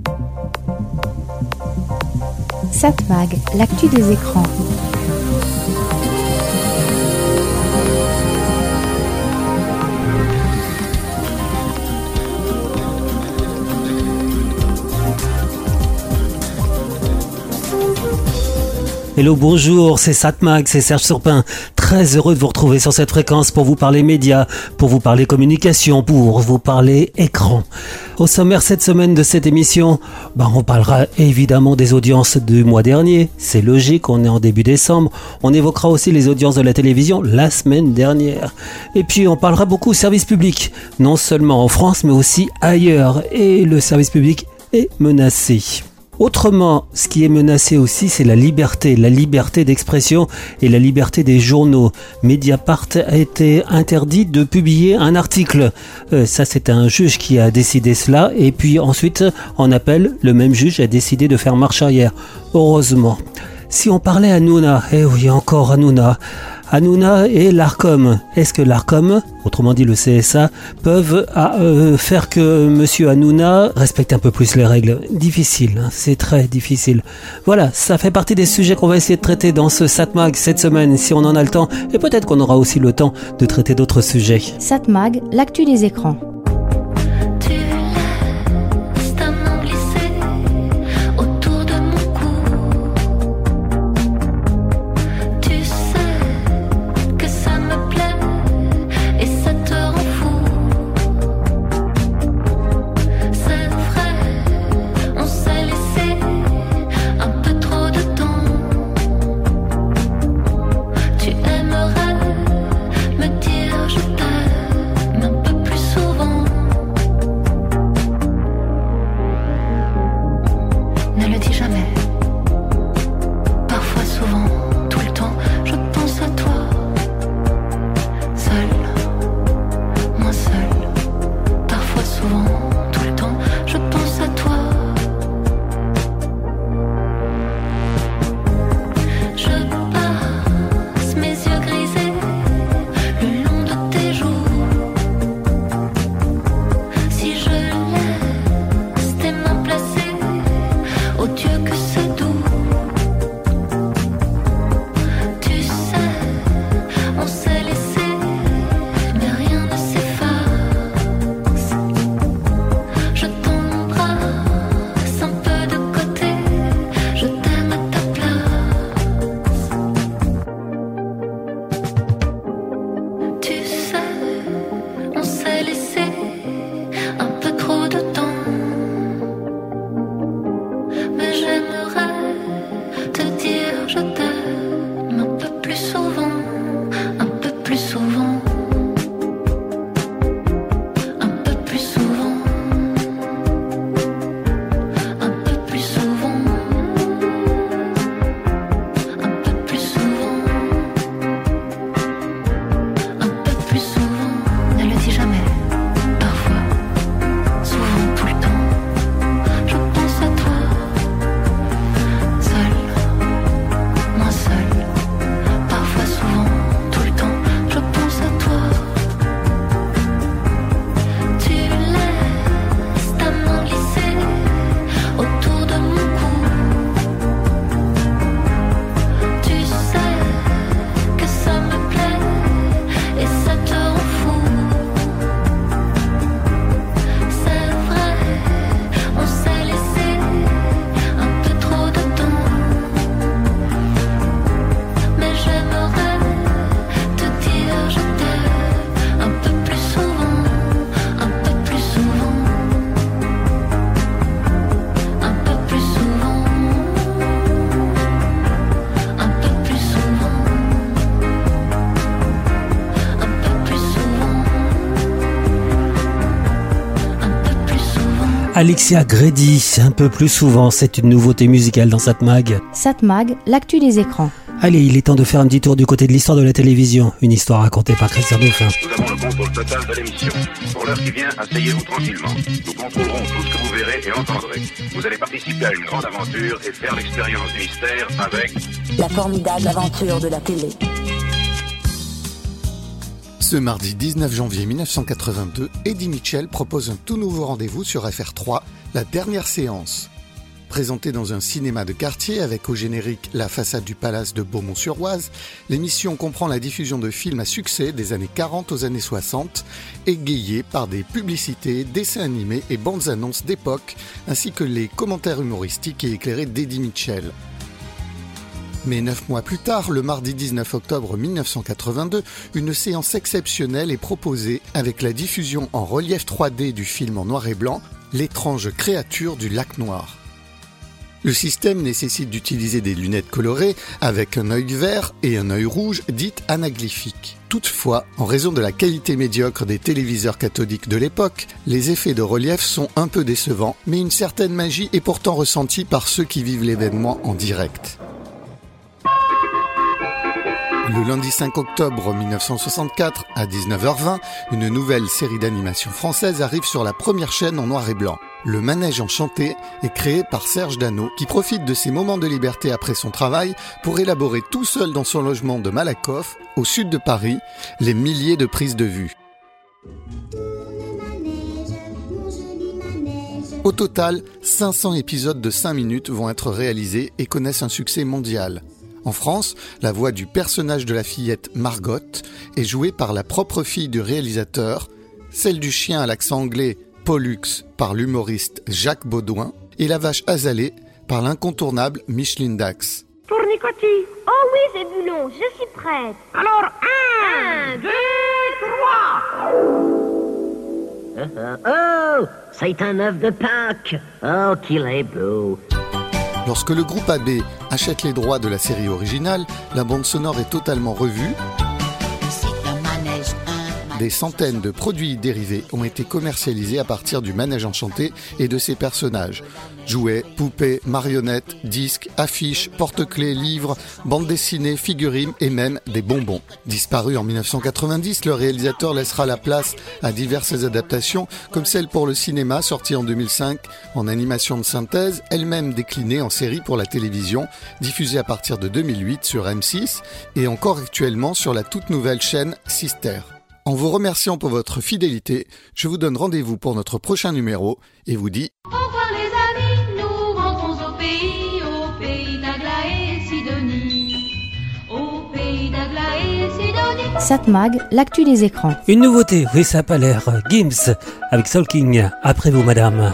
Satmag, l'actu des écrans. Hello, bonjour, c'est Satmag, c'est Serge Surpin. Très heureux de vous retrouver sur cette fréquence pour vous parler médias, pour vous parler communication, pour vous parler écran. Au sommaire cette semaine de cette émission, on parlera évidemment des audiences du mois dernier. C'est logique, on est en début décembre. On évoquera aussi les audiences de la télévision la semaine dernière. Et puis on parlera beaucoup service public, non seulement en France mais aussi ailleurs. Et le service public est menacé. Autrement, ce qui est menacé aussi, c'est la liberté d'expression et la liberté des journaux. Mediapart a été interdit de publier un article. Ça, c'est un juge qui a décidé cela. Et puis ensuite, en appel, le même juge a décidé de faire marche arrière. Heureusement. Si on parlait Hanouna, oui, encore Hanouna et l'Arcom. Est-ce que l'Arcom, autrement dit le CSA, peuvent faire que Monsieur Hanouna respecte un peu plus les règles? Difficile, c'est très difficile. Voilà, ça fait partie des sujets qu'on va essayer de traiter dans ce Satmag cette semaine, si on en a le temps. Et peut-être qu'on aura aussi le temps de traiter d'autres sujets. Satmag, l'actu des écrans. Alexia Grédy, un peu plus souvent, c'est une nouveauté musicale dans Satmag. Satmag, l'actu des écrans. Allez, il est temps de faire un petit tour du côté de l'histoire de la télévision. Une histoire racontée par Christian Dauphin. Nous avons le contrôle total de l'émission. Pour l'heure qui vient, asseyez-vous tranquillement. Nous contrôlerons tout ce que vous verrez et entendrez. Vous allez participer à une grande aventure et faire l'expérience du mystère avec... La formidable aventure de la télé. Ce mardi 19 janvier 1982, Eddie Mitchell propose un tout nouveau rendez-vous sur FR3, la dernière séance. Présentée dans un cinéma de quartier avec au générique la façade du palace de Beaumont-sur-Oise, l'émission comprend la diffusion de films à succès des années 40 aux années 60, égayés par des publicités, dessins animés et bandes annonces d'époque, ainsi que les commentaires humoristiques et éclairés d'Eddie Mitchell. Mais 9 mois plus tard, le mardi 19 octobre 1982, une séance exceptionnelle est proposée avec la diffusion en relief 3D du film en noir et blanc, L'étrange créature du lac noir. Le système nécessite d'utiliser des lunettes colorées avec un œil vert et un œil rouge dites anaglyphiques. Toutefois, en raison de la qualité médiocre des téléviseurs cathodiques de l'époque, les effets de relief sont un peu décevants, mais une certaine magie est pourtant ressentie par ceux qui vivent l'événement en direct. Le lundi 5 octobre 1964, à 19h20, une nouvelle série d'animation française arrive sur la première chaîne en noir et blanc. Le Manège Enchanté est créé par Serge Dano, qui profite de ses moments de liberté après son travail pour élaborer tout seul dans son logement de Malakoff, au sud de Paris, les milliers de prises de vue. Au total, 500 épisodes de 5 minutes vont être réalisés et connaissent un succès mondial. En France, la voix du personnage de la fillette Margot est jouée par la propre fille du réalisateur, celle du chien à l'accent anglais Pollux par l'humoriste Jacques Baudouin et la vache Azalée par l'incontournable Micheline Dax. Tournicotis. Oh oui, Zébulon, je suis prête. Alors, 1, 2, 3. Oh, c'est un œuf de Pâques. Oh, qu'il est beau. Lorsque le groupe AB achète les droits de la série originale, la bande sonore est totalement revue. Des centaines de produits dérivés ont été commercialisés à partir du Manège Enchanté et de ses personnages. Jouets, poupées, marionnettes, disques, affiches, porte-clés, livres, bandes dessinées, figurines et même des bonbons. Disparu en 1990, le réalisateur laissera la place à diverses adaptations, comme celle pour le cinéma sortie en 2005 en animation de synthèse, elle-même déclinée en série pour la télévision, diffusée à partir de 2008 sur M6 et encore actuellement sur la toute nouvelle chaîne Sister. En vous remerciant pour votre fidélité, je vous donne rendez-vous pour notre prochain numéro et vous dis... Au revoir les amis, nous rentrons au pays d'Aglaé et Sidonie. Au pays d'Aglaé et Sidonie. Satmag, l'actu des écrans. Une nouveauté, oui ça n'a pas l'air. Gims avec Soul King. Après vous madame.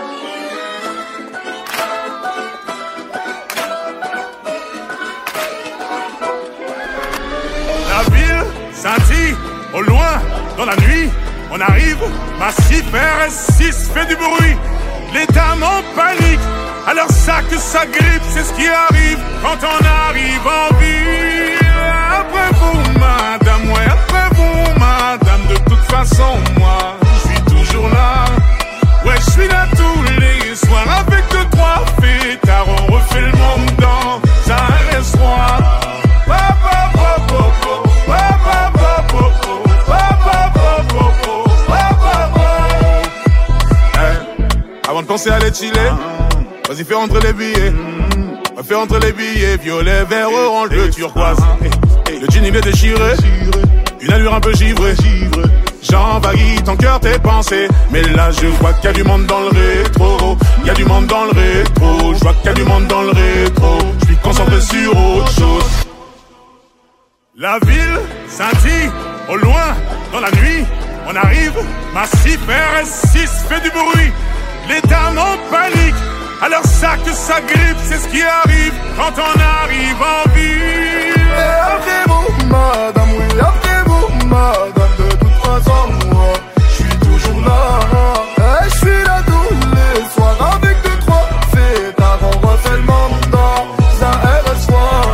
La ville scintille. Au loin, dans la nuit, on arrive, massif RS6 fait du bruit. Les dames en panique, alors ça grippe, c'est ce qui arrive quand on arrive en ville. Après vous, madame, ouais, après vous, madame, de toute façon, moi, je suis toujours là. Ouais, je suis là tous les soirs avec 2-3 fêtards, on refait le monde dans un RS3. Avant de penser à les chiller, vas-y fais rentrer les billets. Fais rentrer les billets, violet, vert, orange, bleu, turquoise. Le jean il est déchiré, une allure un peu givrée. J'envahis ton cœur, tes pensées. Mais là je vois qu'il y a du monde dans le rétro. Il y a du monde dans le rétro. Je vois qu'il y a du monde dans le rétro. Je suis concentré sur autre chose. La ville scintille, au loin, dans la nuit, on arrive, massif RS6 fait du bruit. Les dames en panique, alors ça grippe, c'est ce qui arrive quand on arrive en ville. Et après vous, madame, oui, après vous, madame, de toute façon, moi, je suis toujours là. Et je suis là tous les soirs avec 2-3 fêtards, on refait le monde dans un RS3.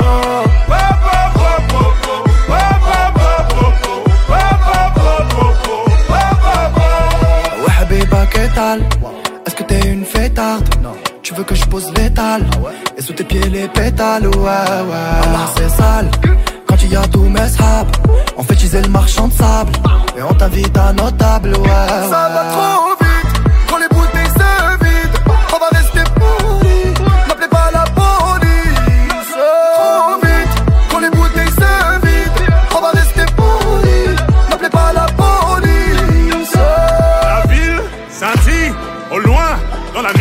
Ouais, habiba, qu'est-ce est-ce que t'es une fêtarde? Non. Tu veux que je pose l'étal? Et sous tes pieds les pétales? Ouais, Allah c'est sale. Quand il y a tous mes sables, on fait teaser le marchand de sable. Et on t'invite à nos tables, ouais. Ça va trop vite, quand les bouteilles se vident. On va rester polis, n'appelez pas la police. Trop vite, quand les bouteilles se vident. On va rester polis, n'appelez pas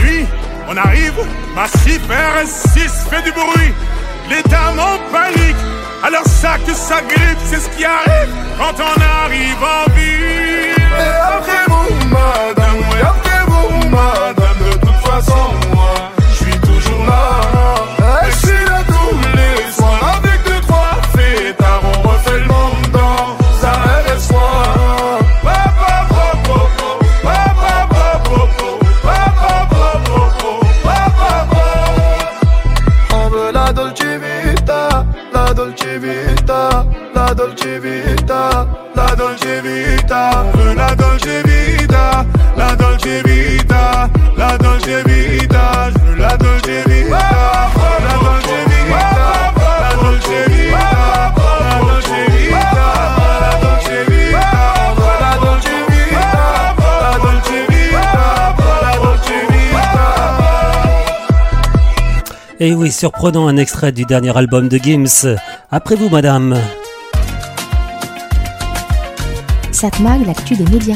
Minuit, on arrive, massif, RS6 fait du bruit. Les dames en panique, alors ça que ça grippe, c'est ce qui arrive quand on arrive en ville. Et après vous, madame, oui, après vous, madame, de toute façon, moi, je suis toujours là. Et je suis là tous les soirs, avec 2-3 fêtards, on refait le monde dans un RS1. On veut la Dolce Vita, la Dolce Vita, la Dolce Vita, la Dolce Vita. On veut la Dolce Vita, la Dolce Vita, la Dolce Vita. Je veux la Dolce Vita, la Dolce Vita, la Dolce Vita, la Dolce Vita, la Dolce Vita. On veut la Dolce Vita, la Dolce Vita, la Dolce Vita. Et oui, surprenant, un extrait du dernier album de Gims. Après vous, madame. Satmag, l'actu des médias.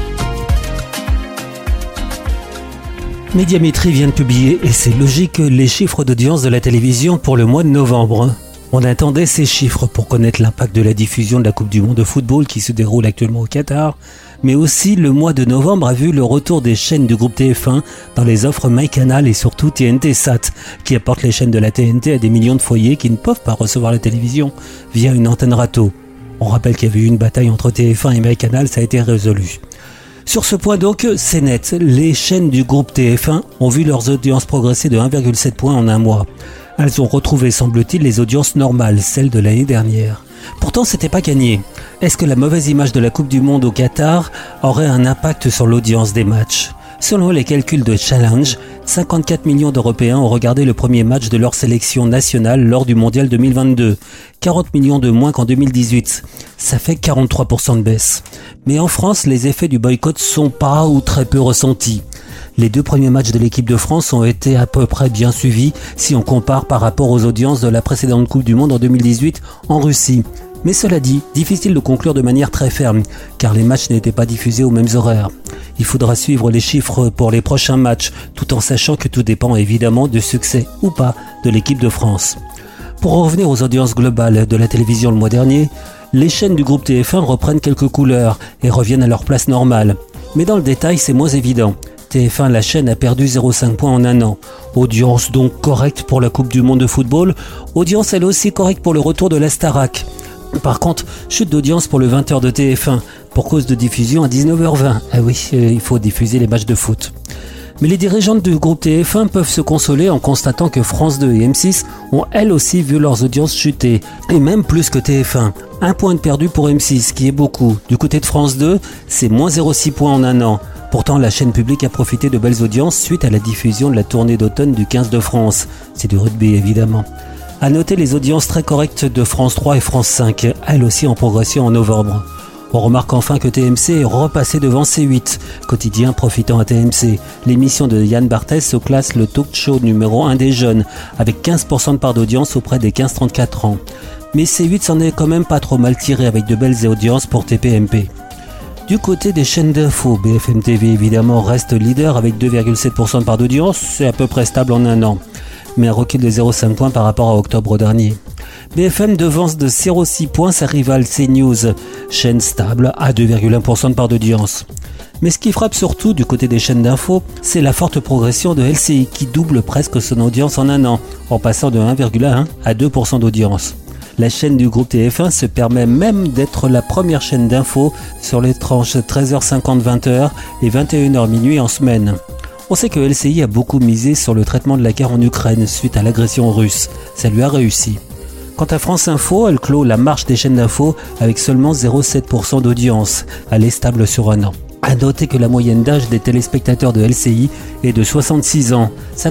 Médiamétrie vient de publier, et c'est logique, les chiffres d'audience de la télévision pour le mois de novembre. On attendait ces chiffres pour connaître l'impact de la diffusion de la Coupe du Monde de football qui se déroule actuellement au Qatar, mais aussi le mois de novembre a vu le retour des chaînes du groupe TF1 dans les offres MyCanal et surtout TNT Sat, qui apportent les chaînes de la TNT à des millions de foyers qui ne peuvent pas recevoir la télévision via une antenne râteau. On rappelle qu'il y avait eu une bataille entre TF1 et MyCanal, ça a été résolu. Sur ce point donc, c'est net, les chaînes du groupe TF1 ont vu leurs audiences progresser de 1,7 points en un mois. Elles ont retrouvé, semble-t-il, les audiences normales, celles de l'année dernière. Pourtant, c'était pas gagné. Est-ce que la mauvaise image de la Coupe du Monde au Qatar aurait un impact sur l'audience des matchs ? Selon les calculs de Challenge, 54 millions d'Européens ont regardé le premier match de leur sélection nationale lors du Mondial 2022. 40 millions de moins qu'en 2018. Ça fait 43% de baisse. Mais en France, les effets du boycott sont pas ou très peu ressentis. Les 2 premiers matchs de l'équipe de France ont été à peu près bien suivis si on compare par rapport aux audiences de la précédente Coupe du Monde en 2018 en Russie. Mais cela dit, difficile de conclure de manière très ferme, car les matchs n'étaient pas diffusés aux mêmes horaires. Il faudra suivre les chiffres pour les prochains matchs, tout en sachant que tout dépend évidemment du succès ou pas de l'équipe de France. Pour revenir aux audiences globales de la télévision le mois dernier, les chaînes du groupe TF1 reprennent quelques couleurs et reviennent à leur place normale. Mais dans le détail, c'est moins évident. TF1, la chaîne, a perdu 0,5 points en un an. Audience donc correcte pour la Coupe du Monde de football. Audience elle aussi correcte pour le retour de la Starac. Par contre, chute d'audience pour le 20h de TF1, pour cause de diffusion à 19h20. Ah oui, il faut diffuser les matchs de foot. Mais les dirigeantes du groupe TF1 peuvent se consoler en constatant que France 2 et M6 ont elles aussi vu leurs audiences chuter, et même plus que TF1. 1 point de perdu pour M6, qui est beaucoup. Du côté de France 2, c'est moins 0,6 points en un an. Pourtant, la chaîne publique a profité de belles audiences suite à la diffusion de la tournée d'automne du 15 de France. C'est du rugby évidemment. À noter les audiences très correctes de France 3 et France 5, elles aussi en progression en novembre. On remarque enfin que TMC est repassé devant C8, quotidien profitant à TMC. L'émission de Yann Barthès se classe le talk show numéro 1 des jeunes, avec 15% de part d'audience auprès des 15-34 ans. Mais C8 s'en est quand même pas trop mal tiré avec de belles audiences pour TPMP. Du côté des chaînes d'info, BFM TV évidemment reste leader avec 2,7% de part d'audience, c'est à peu près stable en un an, mais un recul de 0,5 points par rapport à octobre dernier. BFM devance de 0,6 points sa rivale CNews, chaîne stable à 2,1% de part d'audience. Mais ce qui frappe surtout du côté des chaînes d'info, c'est la forte progression de LCI qui double presque son audience en un an, en passant de 1,1 à 2% d'audience. La chaîne du groupe TF1 se permet même d'être la première chaîne d'info sur les tranches 13h50-20h et 21h minuit en semaine. On sait que LCI a beaucoup misé sur le traitement de la guerre en Ukraine suite à l'agression russe. Ça lui a réussi. Quant à France Info, elle clôt la marche des chaînes d'info avec seulement 0,7% d'audience. Elle est stable sur un an. À noter que la moyenne d'âge des téléspectateurs de LCI est de 66 ans,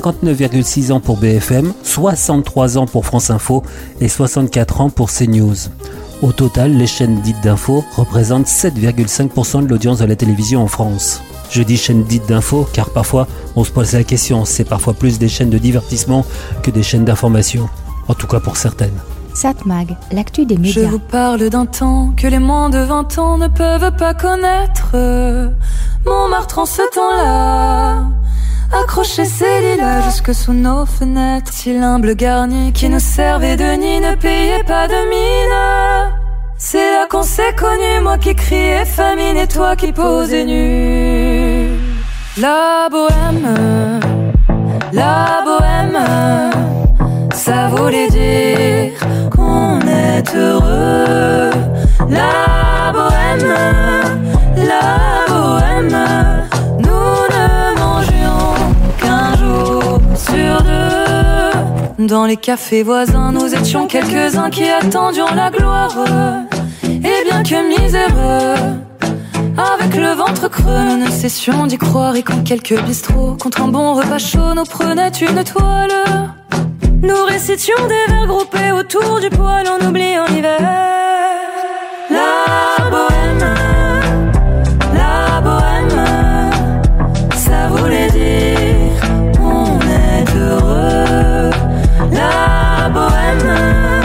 59,6 ans pour BFM, 63 ans pour France Info et 64 ans pour CNews. Au total, les chaînes dites d'info représentent 7,5% de l'audience de la télévision en France. Je dis chaînes dites d'info car parfois on se pose la question, c'est parfois plus des chaînes de divertissement que des chaînes d'information. En tout cas pour certaines. Satmag, l'actu des médias. Je vous parle d'un temps que les moins de 20 ans ne peuvent pas connaître. Montmartre en ce temps-là accrocher ses lilas jusque sous nos fenêtres. Si l'humble garni qui nous servait de nid ne payait pas de mine, c'est là qu'on s'est connus, moi qui criais famine et toi qui posais nu. La bohème, ça voulait dire qu'on est heureux. La bohème, nous ne mangions qu'un jour sur deux. Dans les cafés voisins, nous étions quelques-uns qui attendions la gloire. Et bien que miséreux, avec le ventre creux, nous ne cessions d'y croire. Et quand quelques bistrots, contre un bon repas chaud, nous prenaient une toile, nous récitions des vers groupés autour du poêle en oubliant l'hiver. La bohème, ça voulait dire on est heureux. La bohème,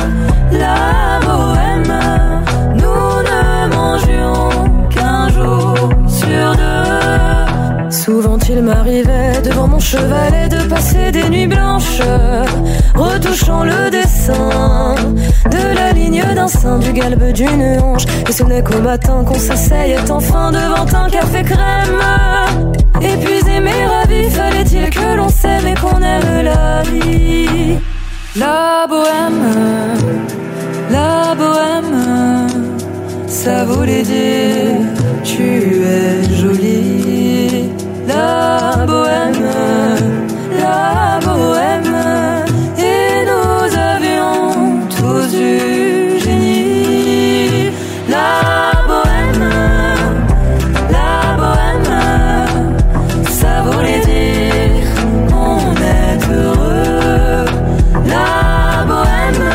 nous ne mangions qu'un jour sur deux. Souvent il m'arrivait devant mon chevalet de passer des nuits blanches, retouchant le dessin de la ligne d'un sein, du galbe d'une hanche. Et ce n'est qu'au matin qu'on s'asseyait enfin devant un café crème. Épuisé mais ravi, fallait-il que l'on s'aime et qu'on aime la vie. La bohème, ça voulait dire tu es jolie. La bohème, et nous avions tous du génie. La bohème, ça voulait dire on est heureux. La bohème,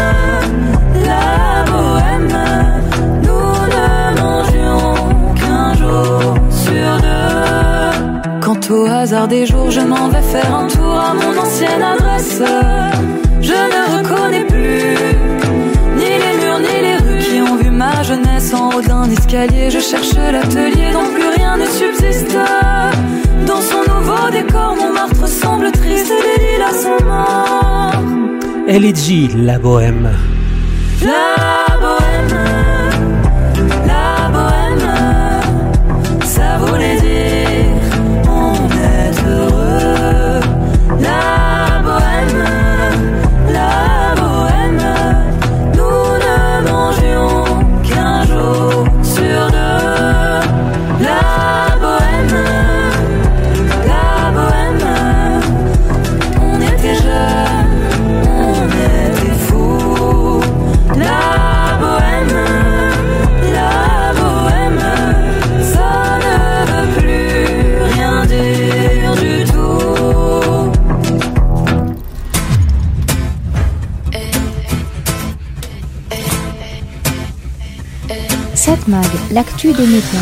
nous ne mangions qu'un jour sur deux. Quant au hasard des jours, je m'en vais faire un tour à mon ancienne adresse. Je ne reconnais plus ni les murs ni les rues qui ont vu ma jeunesse. En haut d'un escalier, je cherche l'atelier dont plus rien ne subsiste. Dans son nouveau décor, Montmartre semble triste et les lilas sont morts. L.G., La Bohème. La bohème, ça voulait dire on est heureux. La bohème, nous ne mangions qu'un jour sur deux. La bohème, on était jeunes, on était fous. La bohème, ça ne veut plus rien dire du tout. Satmag, l'actu des médias.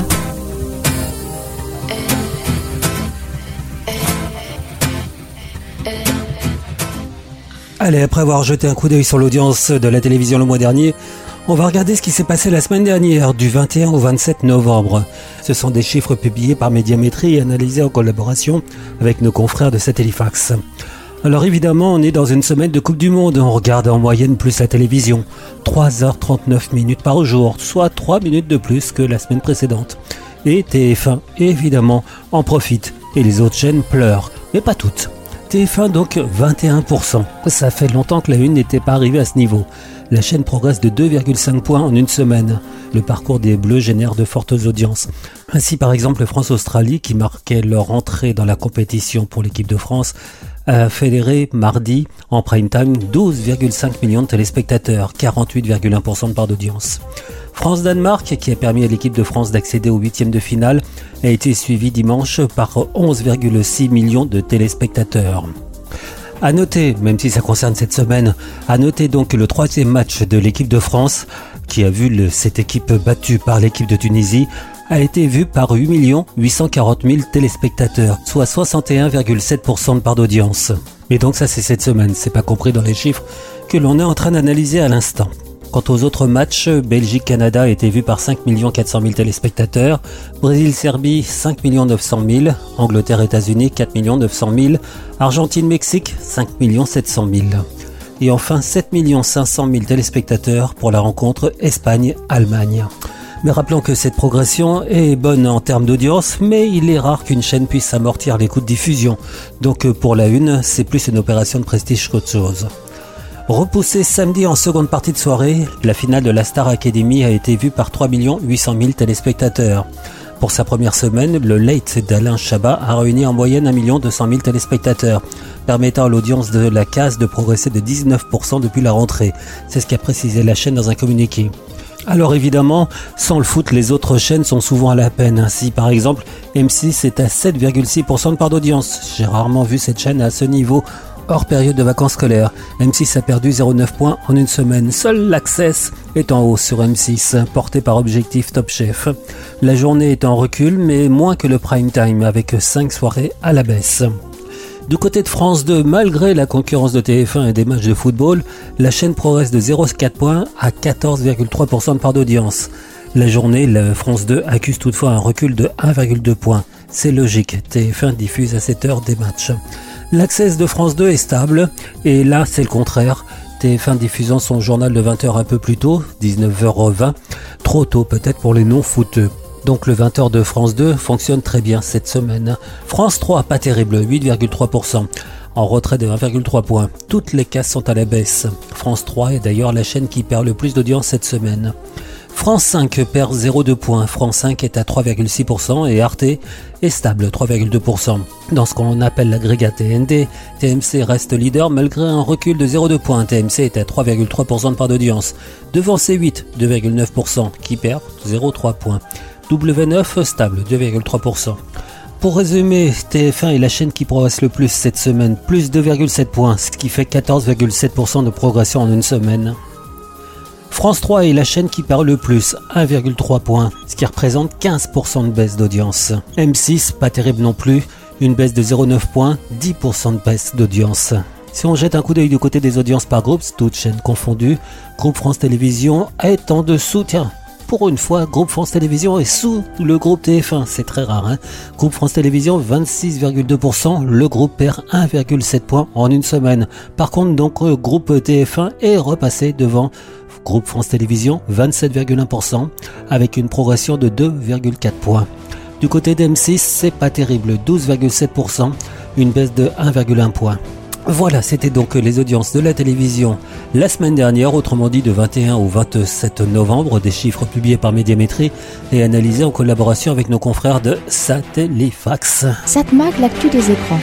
Allez, après avoir jeté un coup d'œil sur l'audience de la télévision le mois dernier, on va regarder ce qui s'est passé la semaine dernière, du 21 au 27 novembre. Ce sont des chiffres publiés par Médiamétrie et analysés en collaboration avec nos confrères de Satellifax. Alors évidemment, on est dans une semaine de Coupe du Monde. On regarde en moyenne plus la télévision. 3h39 minutes par jour, soit 3 minutes de plus que la semaine précédente. Et TF1, évidemment, en profite. Et les autres chaînes pleurent, mais pas toutes. TF1 donc 21%. Ça fait longtemps que la une n'était pas arrivée à ce niveau. La chaîne progresse de 2,5 points en une semaine. Le parcours des Bleus génère de fortes audiences. Ainsi par exemple France-Australie, qui marquait leur entrée dans la compétition pour l'équipe de France, a fédéré mardi en prime time 12,5 millions de téléspectateurs, 48,1% de part d'audience. France-Danemark, qui a permis à l'équipe de France d'accéder au 8e de finale, a été suivi dimanche par 11,6 millions de téléspectateurs. À noter, même si ça concerne cette semaine, à noter donc que le 3e match de l'équipe de France, qui a vu cette équipe battue par l'équipe de Tunisie, a été vu par 8 840 000 téléspectateurs, soit 61,7% de part d'audience. Mais donc ça c'est cette semaine, c'est pas compris dans les chiffres que l'on est en train d'analyser à l'instant. Quant aux autres matchs, Belgique-Canada a été vu par 5 400 000 téléspectateurs, Brésil-Serbie 5 900 000, Angleterre-États-Unis 4 900 000, Argentine-Mexique 5 700 000. Et enfin 7 500 000 téléspectateurs pour la rencontre Espagne-Allemagne. Mais rappelons que cette progression est bonne en termes d'audience, mais il est rare qu'une chaîne puisse amortir les coûts de diffusion. Donc pour la une, c'est plus une opération de prestige qu'autre chose. Repoussée samedi en seconde partie de soirée, la finale de la Star Academy a été vue par 3 800 000 téléspectateurs. Pour sa première semaine, le Late d'Alain Chabat a réuni en moyenne 1 200 000 téléspectateurs, permettant à l'audience de la case de progresser de 19% depuis la rentrée. C'est ce qu'a précisé la chaîne dans un communiqué. Alors évidemment, sans le foot, les autres chaînes sont souvent à la peine. Ainsi, par exemple, M6 est à 7,6% de part d'audience. J'ai rarement vu cette chaîne à ce niveau hors période de vacances scolaires. M6 a perdu 0,9 points en une semaine. Seul l'Access est en hausse sur M6, porté par Objectif Top Chef. La journée est en recul, mais moins que le prime time, avec 5 soirées à la baisse. Du côté de France 2, malgré la concurrence de TF1 et des matchs de football, la chaîne progresse de 0,4 points à 14,3% de part d'audience. La journée, la France 2 accuse toutefois un recul de 1,2 points. C'est logique, TF1 diffuse à cette heure des matchs. L'accès de France 2 est stable, et là c'est le contraire. TF1 diffusant son journal de 20h un peu plus tôt, 19h20, trop tôt peut-être pour les non-footeux. Donc le 20h de France 2 fonctionne très bien cette semaine. France 3, pas terrible, 8,3%, en retrait de 1,3 points. Toutes les cases sont à la baisse. France 3 est d'ailleurs la chaîne qui perd le plus d'audience cette semaine. France 5 perd 0,2 points, France 5 est à 3,6% et Arte est stable, 3,2%. Dans ce qu'on appelle l'agrégat TNT, TMC reste leader malgré un recul de 0,2 points. TMC est à 3,3% de part d'audience, devant C8, 2,9%, qui perd 0,3 points. W9 stable, 2,3%. Pour résumer, TF1 est la chaîne qui progresse le plus cette semaine, plus 2,7 points, ce qui fait 14,7% de progression en une semaine. France 3 est la chaîne qui perd le plus, 1,3 points, ce qui représente 15% de baisse d'audience. M6, pas terrible non plus, une baisse de 0,9 points, 10% de baisse d'audience. Si on jette un coup d'œil du côté des audiences par groupe, toutes chaînes confondues, Groupe France Télévisions est en dessous, tiens, pour une fois, Groupe France Télévisions est sous le groupe TF1, c'est très rare. Groupe France Télévisions, 26,2%, le groupe perd 1,7 points en une semaine. Par contre, donc, Groupe TF1 est repassé devant Groupe France Télévisions, 27,1%, avec une progression de 2,4 points. Du côté d'M6, c'est pas terrible, 12,7%, une baisse de 1,1 point. Voilà, c'était donc les audiences de la télévision la semaine dernière, autrement dit de 21 au 27 novembre, des chiffres publiés par Médiamétrie et analysés en collaboration avec nos confrères de Satellifax. Satmag, l'actu des écrans.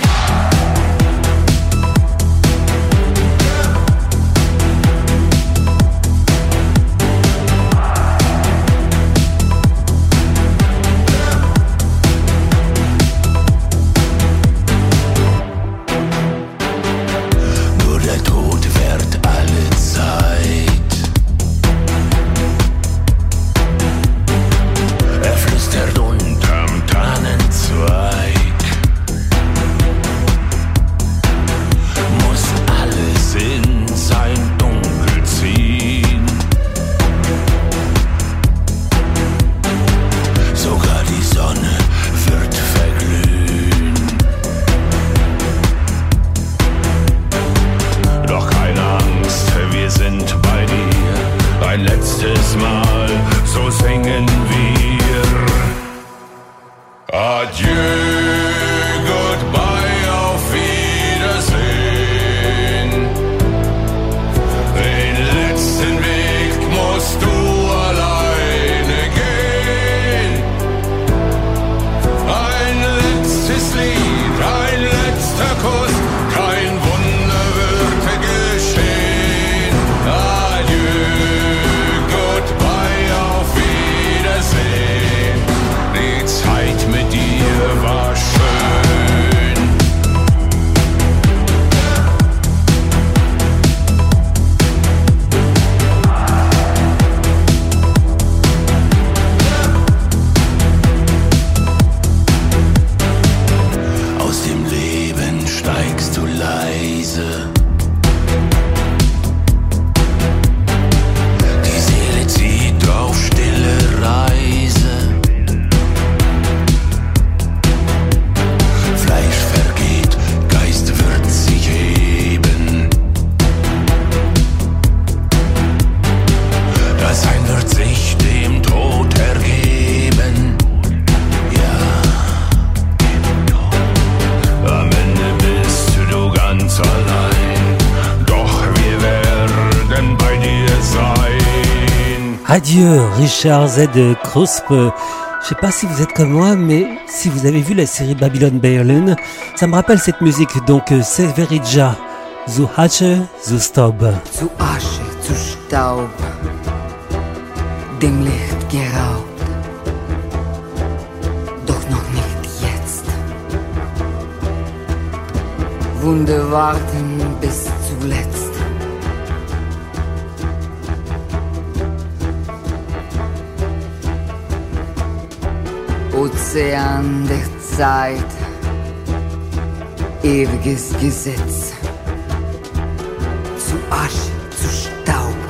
Adieu Richard Z. Kruspe. Je sais pas si vous êtes comme moi, mais si vous avez vu la série Babylon Berlin, ça me rappelle cette musique, donc Severidja, Zu Asche, Zu Staub. Zu Asche, zu Staub, dem Licht geraubt, doch noch nicht jetzt. Wunde warten bis zuletzt. Ozean der Zeit, ewiges Gesetz. Zu Asche, zu Staub,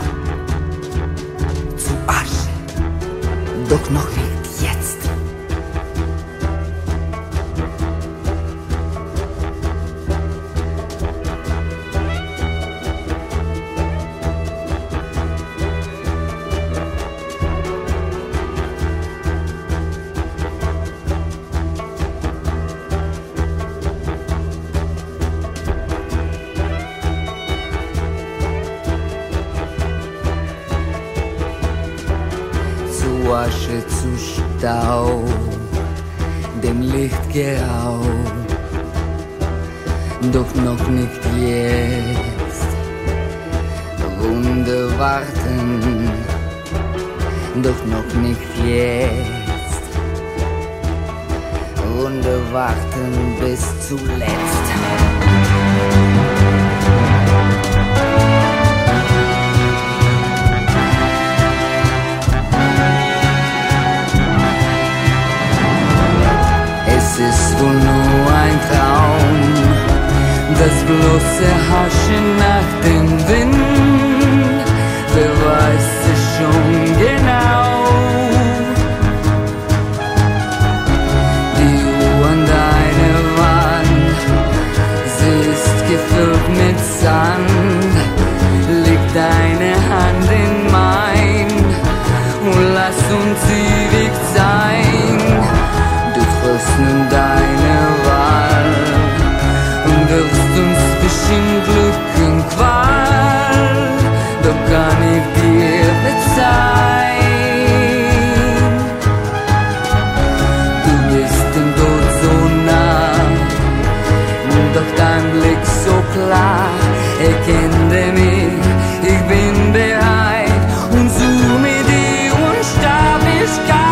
zu Asche, doch noch nicht jetzt. Asche zu Staub, dem Licht geraubt, doch noch nicht jetzt. Wunde warten, doch noch nicht jetzt. Wunde warten bis zuletzt. Es ist wohl nur ein Traum, das bloße Haschen nach dem Wind, wer weiß es schon genau. Die Uhr an deiner Wand, sie ist gefüllt mit Sand, leg deine Hand in mein und lass uns ewig sein. Öffnen deine Wahl und wirfst uns zwischen Glück und Qual, doch kann ich dir verzeihen. Du bist dem Tod so nah, doch dein Blick so klar, erkenne mich, ich bin bereit und such mit dir Unsterblichkeit.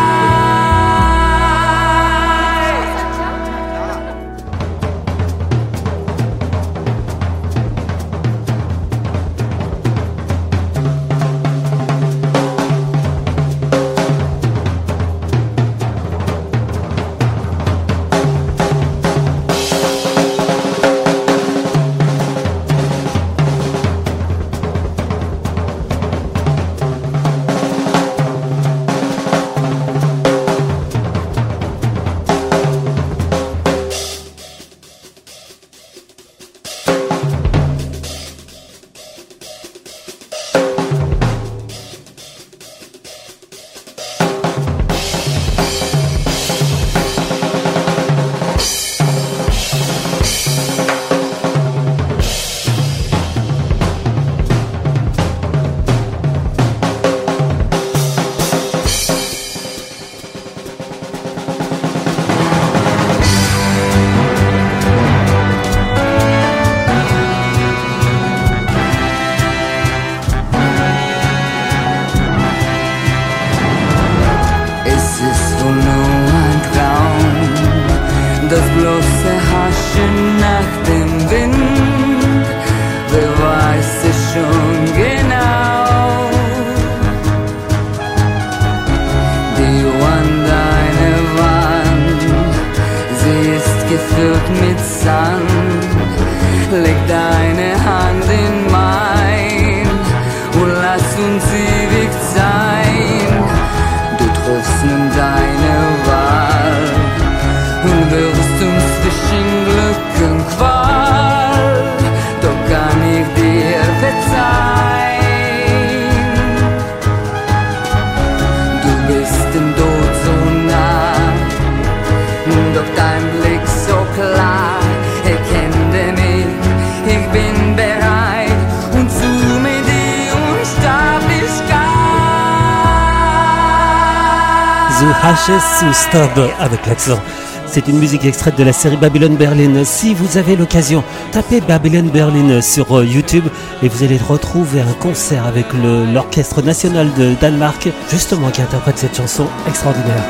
Doch dein Blick so klar, erkenne mich, ich bin Hashes sous Stub avec l'accent. C'est une musique extraite de la série Babylon Berlin. Si vous avez l'occasion, tapez Babylon Berlin sur YouTube et vous allez retrouver un concert avec l'Orchestre National de Danemark, justement qui interprète cette chanson extraordinaire.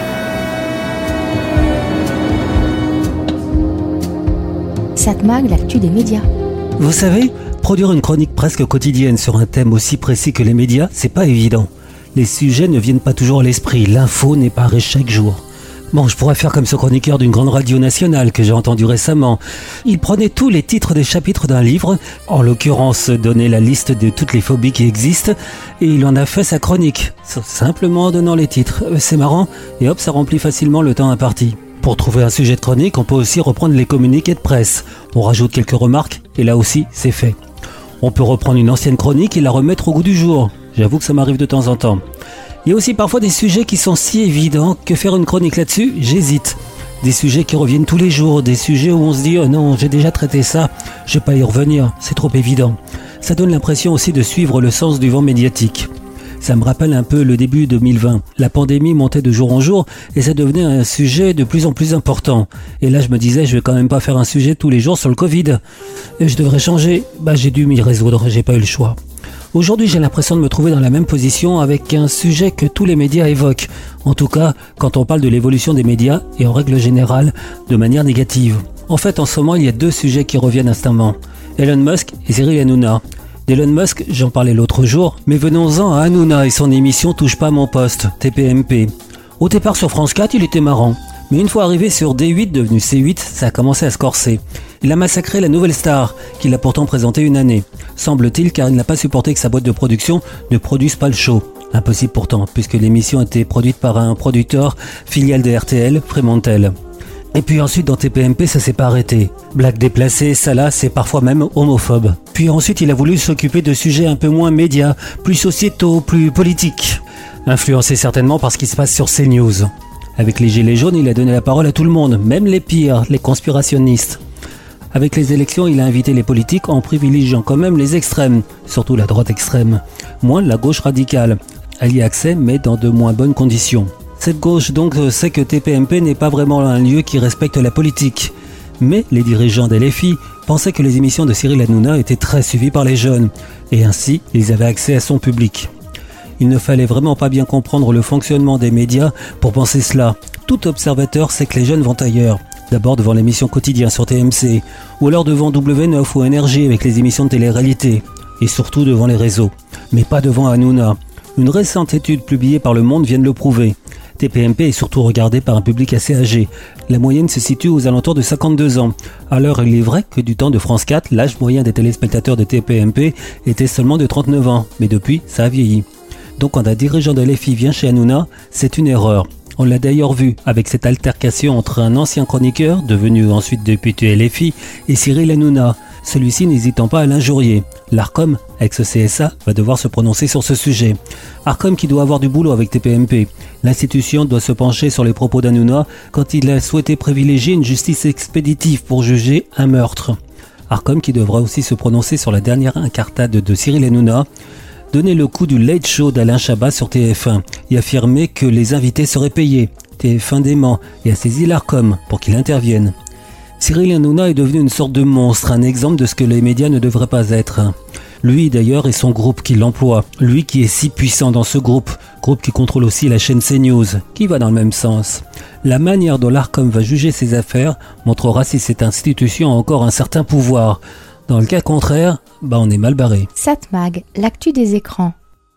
Satmag, l'actu des médias. Vous savez, produire une chronique presque quotidienne sur un thème aussi précis que les médias, c'est pas évident. Les sujets ne viennent pas toujours à l'esprit, l'info n'est pas riche chaque jour. Bon, je pourrais faire comme ce chroniqueur d'une grande radio nationale que j'ai entendu récemment. Il prenait tous les titres des chapitres d'un livre, en l'occurrence donnait la liste de toutes les phobies qui existent, et il en a fait sa chronique, simplement en donnant les titres. C'est marrant, et hop, ça remplit facilement le temps imparti. Pour trouver un sujet de chronique, on peut aussi reprendre les communiqués de presse. On rajoute quelques remarques, et là aussi, c'est fait. On peut reprendre une ancienne chronique et la remettre au goût du jour. J'avoue que ça m'arrive de temps en temps. Il y a aussi parfois des sujets qui sont si évidents que faire une chronique là-dessus, j'hésite. Des sujets qui reviennent tous les jours, des sujets où on se dit « Oh non, j'ai déjà traité ça, je vais pas y revenir, c'est trop évident ». Ça donne l'impression aussi de suivre le sens du vent médiatique. Ça me rappelle un peu le début 2020. La pandémie montait de jour en jour et ça devenait un sujet de plus en plus important. Et là, je me disais, je vais quand même pas faire un sujet tous les jours sur le Covid. Et je devrais changer. J'ai dû m'y résoudre, j'ai pas eu le choix. Aujourd'hui, j'ai l'impression de me trouver dans la même position avec un sujet que tous les médias évoquent. En tout cas, quand on parle de l'évolution des médias et en règle générale, de manière négative. En fait, en ce moment, il y a deux sujets qui reviennent instamment. Elon Musk et Cyril Hanouna. D'Elon Musk, j'en parlais l'autre jour, mais venons-en à Hanouna et son émission Touche pas à mon poste, TPMP. Au départ sur France 4, il était marrant. Mais une fois arrivé sur D8, devenu C8, ça a commencé à se corser. Il a massacré la nouvelle star, qu'il a pourtant présenté une année. Semble-t-il car il n'a pas supporté que sa boîte de production ne produise pas le show. Impossible pourtant, puisque l'émission était produite par un producteur filiale de RTL, Fremantle. Et puis ensuite dans TPMP ça s'est pas arrêté. Blagues déplacées, salaces et parfois même homophobes. Puis ensuite il a voulu s'occuper de sujets un peu moins médias, plus sociétaux, plus politiques. Influencé certainement par ce qui se passe sur CNews. Avec les gilets jaunes, il a donné la parole à tout le monde, même les pires, les conspirationnistes. Avec les élections, il a invité les politiques en privilégiant quand même les extrêmes, surtout la droite extrême, moins la gauche radicale. Elle y a accès, mais dans de moins bonnes conditions. Cette gauche donc sait que TPMP n'est pas vraiment un lieu qui respecte la politique. Mais les dirigeants d'LFI pensaient que les émissions de Cyril Hanouna étaient très suivies par les jeunes, et ainsi ils avaient accès à son public. Il ne fallait vraiment pas bien comprendre le fonctionnement des médias pour penser cela. Tout observateur sait que les jeunes vont ailleurs. D'abord devant l'émission Quotidien sur TMC, ou alors devant W9 ou Énergie avec les émissions de télé-réalité, et surtout devant les réseaux. Mais pas devant Hanouna. Une récente étude publiée par Le Monde vient de le prouver. TPMP est surtout regardé par un public assez âgé. La moyenne se situe aux alentours de 52 ans. Alors il est vrai que du temps de France 4, l'âge moyen des téléspectateurs de TPMP était seulement de 39 ans. Mais depuis, ça a vieilli. Donc quand un dirigeant de LFI vient chez Hanouna, c'est une erreur. On l'a d'ailleurs vu avec cette altercation entre un ancien chroniqueur, devenu ensuite député LFI, et Cyril Hanouna, celui-ci n'hésitant pas à l'injurier. L'Arcom, ex-CSA, va devoir se prononcer sur ce sujet. Arcom qui doit avoir du boulot avec TPMP. L'institution doit se pencher sur les propos d'Hanouna quand il a souhaité privilégier une justice expéditive pour juger un meurtre. Arcom qui devra aussi se prononcer sur la dernière incartade de Cyril Hanouna, donner le coup du Late Show d'Alain Chabat sur TF1 et affirmer que les invités seraient payés. TF1 dément et a saisi l'Arcom pour qu'il intervienne. Cyril Hanouna est devenu une sorte de monstre, un exemple de ce que les médias ne devraient pas être. Lui d'ailleurs et son groupe qui l'emploie, lui qui est si puissant dans ce groupe qui contrôle aussi la chaîne CNews, qui va dans le même sens. La manière dont l'Arcom va juger ses affaires montrera si cette institution a encore un certain pouvoir. Dans le cas contraire, on est mal barré. Satmag, l'actu des écrans.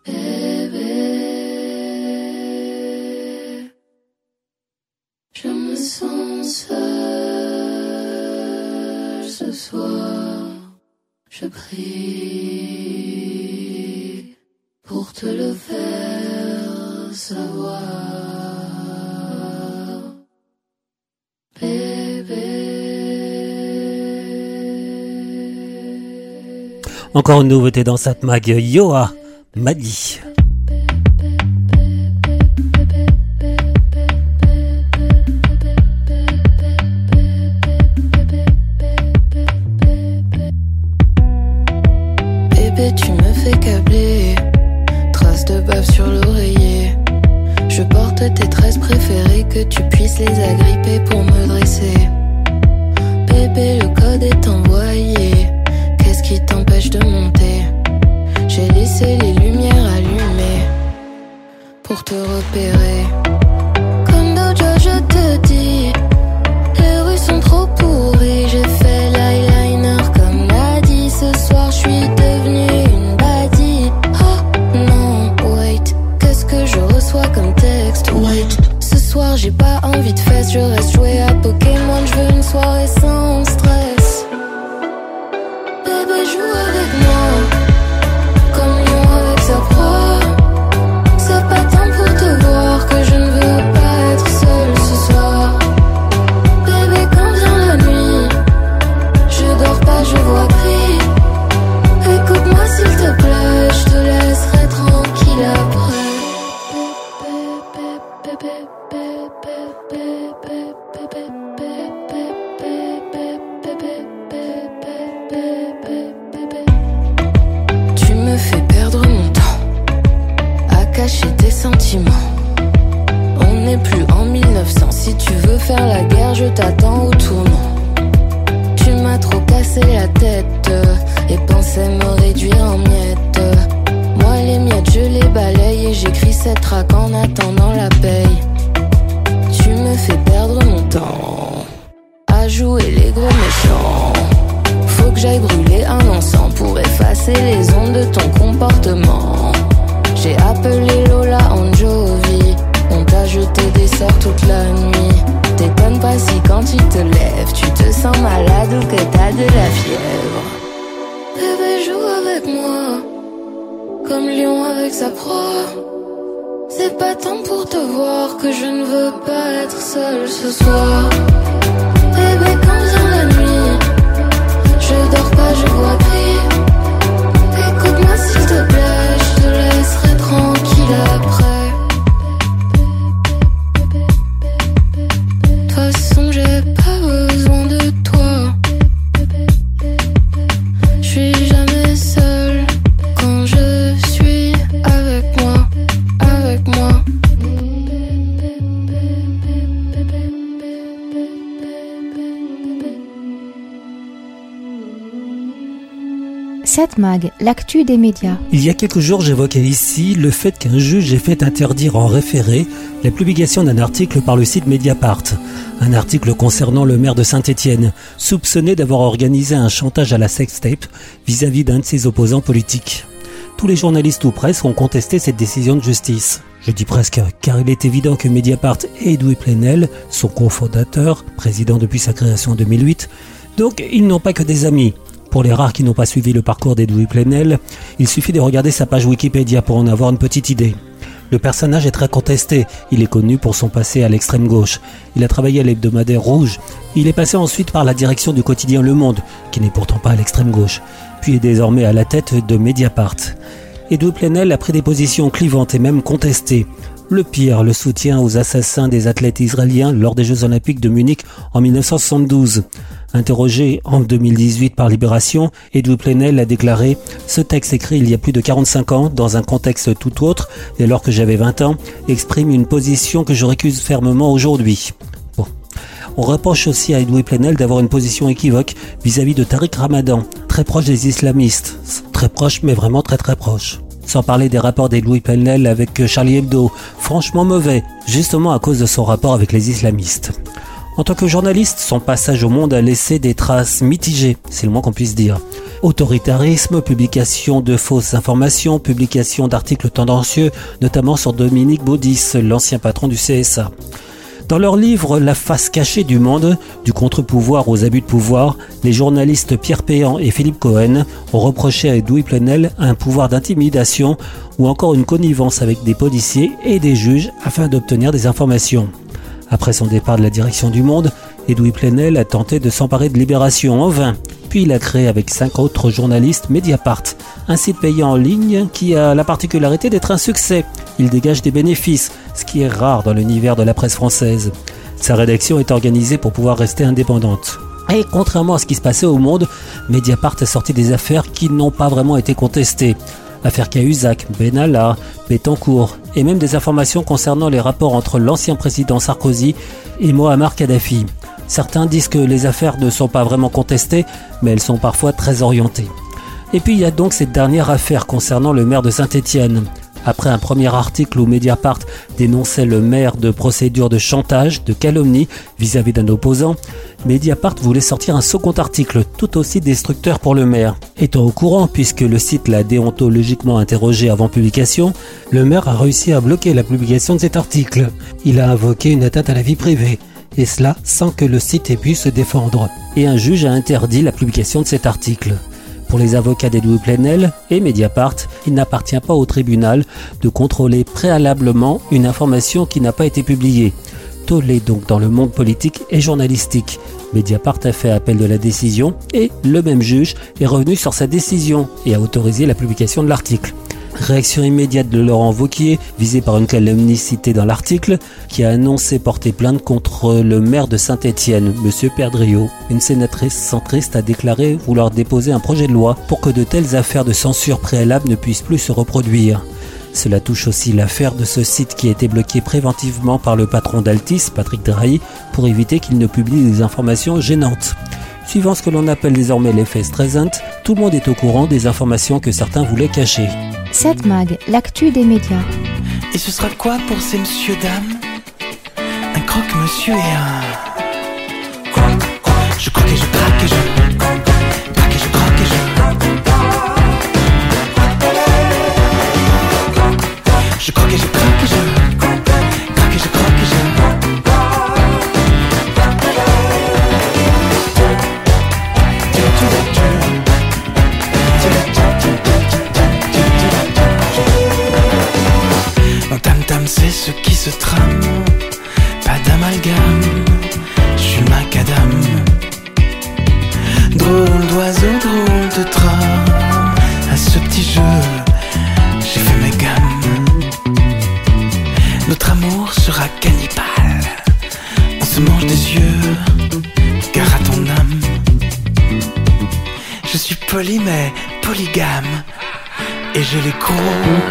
Je me sens seule ce soir. Je prie pour te le faire savoir. Encore une nouveauté dans Satmag, Yoa Madi. Bébé, tu me fais câbler, traces de bave sur l'oreiller. Je porte tes tresses que tu puisses les agripper pour me dresser. Bébé, le code est envoyé. Qu'est-ce qui t'empêche de monter? J'ai laissé les lumières allumées pour te repérer. Comme Doja, je te dis, les rues sont trop pourries. J'ai fait l'eyeliner comme Nadie. Ce soir, je suis devenue une baddie. Oh non, wait, qu'est-ce que je reçois comme texte? Wait, ce soir, j'ai pas envie de fesses. Je reste jouer à Pokémon. Je veux une soirée sans stress. Bébé, joue avec moi comme lion avec sa proie. C'est pas temps pour te voir que je ne veux pas être seule ce soir. Bébé, quand vient la nuit, je dors pas, je vois gris. Écoute-moi s'il te plaît, je te laisserai tranquille après. Tu me fais perdre mon temps à cacher tes sentiments. On n'est plus en 1900. Si tu veux faire la guerre, je t'attends au tournant. Tu m'as trop cassé la tête et pensais me réduire en miettes. Moi les miettes je les balaye et j'écris cette track en attendant la paye. Tu me fais perdre mon temps à jouer les gros méchants. Faut que j'aille brûler un encens pour effacer les ondes de ton comportement. J'ai appelé Lola en Jovi. On t'a jeté des sorts toute la nuit. T'étonnes pas si quand tu te lèves tu te sens malade ou que t'as de la fièvre. Bébé, joue avec moi comme lion avec sa proie. C'est pas temps pour te voir que je ne veux pas être seule ce soir. Bébé, quand vient la nuit, je dors pas, je vois gris. Écoute-moi s'il te plaît, je te laisserai tranquille après. De toute façon, j'ai pas besoin de toi. Je suis jamais seule quand je suis avec moi, avec moi. Satmag, l'actu des médias. Il y a quelques jours, j'évoquais ici le fait qu'un juge ait fait interdire en référé la publication d'un article par le site Mediapart. Un article concernant le maire de Saint-Étienne, soupçonné d'avoir organisé un chantage à la sextape vis-à-vis d'un de ses opposants politiques. Tous les journalistes ou presse ont contesté cette décision de justice. Je dis presque, car il est évident que Mediapart et Edoui Plenel, son cofondateur, président depuis sa création en 2008, donc ils n'ont pas que des amis. Pour les rares qui n'ont pas suivi le parcours d'Edoui Plenel, il suffit de regarder sa page Wikipédia pour en avoir une petite idée. Le personnage est très contesté, il est connu pour son passé à l'extrême gauche. Il a travaillé à l'hebdomadaire Rouge, il est passé ensuite par la direction du quotidien Le Monde, qui n'est pourtant pas à l'extrême gauche, puis est désormais à la tête de Mediapart. Edoui Plenel a pris des positions clivantes et même contestées. Le pire, le soutien aux assassins des athlètes israéliens lors des Jeux Olympiques de Munich en 1972. Interrogé en 2018 par Libération, Edoui Plenel a déclaré « Ce texte écrit il y a plus de 45 ans, dans un contexte tout autre, et alors que j'avais 20 ans, exprime une position que je récuse fermement aujourd'hui. » Bon. On reproche aussi à Edoui Plenel d'avoir une position équivoque vis-à-vis de Tariq Ramadan, très proche des islamistes. Très proche, mais vraiment très très proche. Sans parler des rapports d'Edoui Plenel avec Charlie Hebdo, franchement mauvais, justement à cause de son rapport avec les islamistes. En tant que journaliste, son passage au Monde a laissé des traces mitigées, c'est le moins qu'on puisse dire. Autoritarisme, publication de fausses informations, publication d'articles tendancieux, notamment sur Dominique Baudis, l'ancien patron du CSA. Dans leur livre « La face cachée du monde, du contre-pouvoir aux abus de pouvoir », les journalistes Pierre Péan et Philippe Cohen ont reproché à Edoui Plenel un pouvoir d'intimidation ou encore une connivence avec des policiers et des juges afin d'obtenir des informations. Après son départ de la direction du Monde, Edoui Plenel a tenté de s'emparer de Libération en vain. Puis il a créé avec 5 autres journalistes Mediapart, un site payant en ligne qui a la particularité d'être un succès. Il dégage des bénéfices, ce qui est rare dans l'univers de la presse française. Sa rédaction est organisée pour pouvoir rester indépendante. Et contrairement à ce qui se passait au Monde, Mediapart a sorti des affaires qui n'ont pas vraiment été contestées. Affaire Cahuzac, Benalla, Bettencourt, et même des informations concernant les rapports entre l'ancien président Sarkozy et Moammar Kadhafi. Certains disent que les affaires ne sont pas vraiment contestées, mais elles sont parfois très orientées. Et puis il y a donc cette dernière affaire concernant le maire de Saint-Étienne. Après un premier article où Mediapart dénonçait le maire de procédures de chantage, de calomnie vis-à-vis d'un opposant, Mediapart voulait sortir un second article tout aussi destructeur pour le maire. Étant au courant, puisque le site l'a déontologiquement interrogé avant publication, le maire a réussi à bloquer la publication de cet article. Il a invoqué une atteinte à la vie privée, et cela sans que le site ait pu se défendre. Et un juge a interdit la publication de cet article. Pour les avocats d'Edoui Plenel et Mediapart, il n'appartient pas au tribunal de contrôler préalablement une information qui n'a pas été publiée. Tollé donc dans le monde politique et journalistique. Mediapart a fait appel de la décision et le même juge est revenu sur sa décision et a autorisé la publication de l'article. Réaction immédiate de Laurent Wauquiez, visé par une calomnie citée dans l'article, qui a annoncé porter plainte contre le maire de Saint-Étienne, M. Perdriau. Une sénatrice centriste a déclaré vouloir déposer un projet de loi pour que de telles affaires de censure préalable ne puissent plus se reproduire. Cela touche aussi l'affaire de ce site qui a été bloqué préventivement par le patron d'Altis, Patrick Drahi, pour éviter qu'il ne publie des informations gênantes. Suivant ce que l'on appelle désormais l'effet Streisand, tout le monde est au courant des informations que certains voulaient cacher. 7 Mag, l'actu des médias. Et ce sera quoi pour ces messieurs dames? Un croque-monsieur et un... Je croque et je craque et je... Craque et je croque et je... Je croque et je craque et je... Craque et je croque et je... Mon tam-tam c'est ce qui se trame, pas d'amalgame, je suis macadam. Drôle d'oiseau, drôle de trame, à ce petit jeu, j'ai fait mes gammes. Notre amour sera cannibale, on se mange des yeux, gare à ton âme. Je suis poli mais polygame, et je les cours.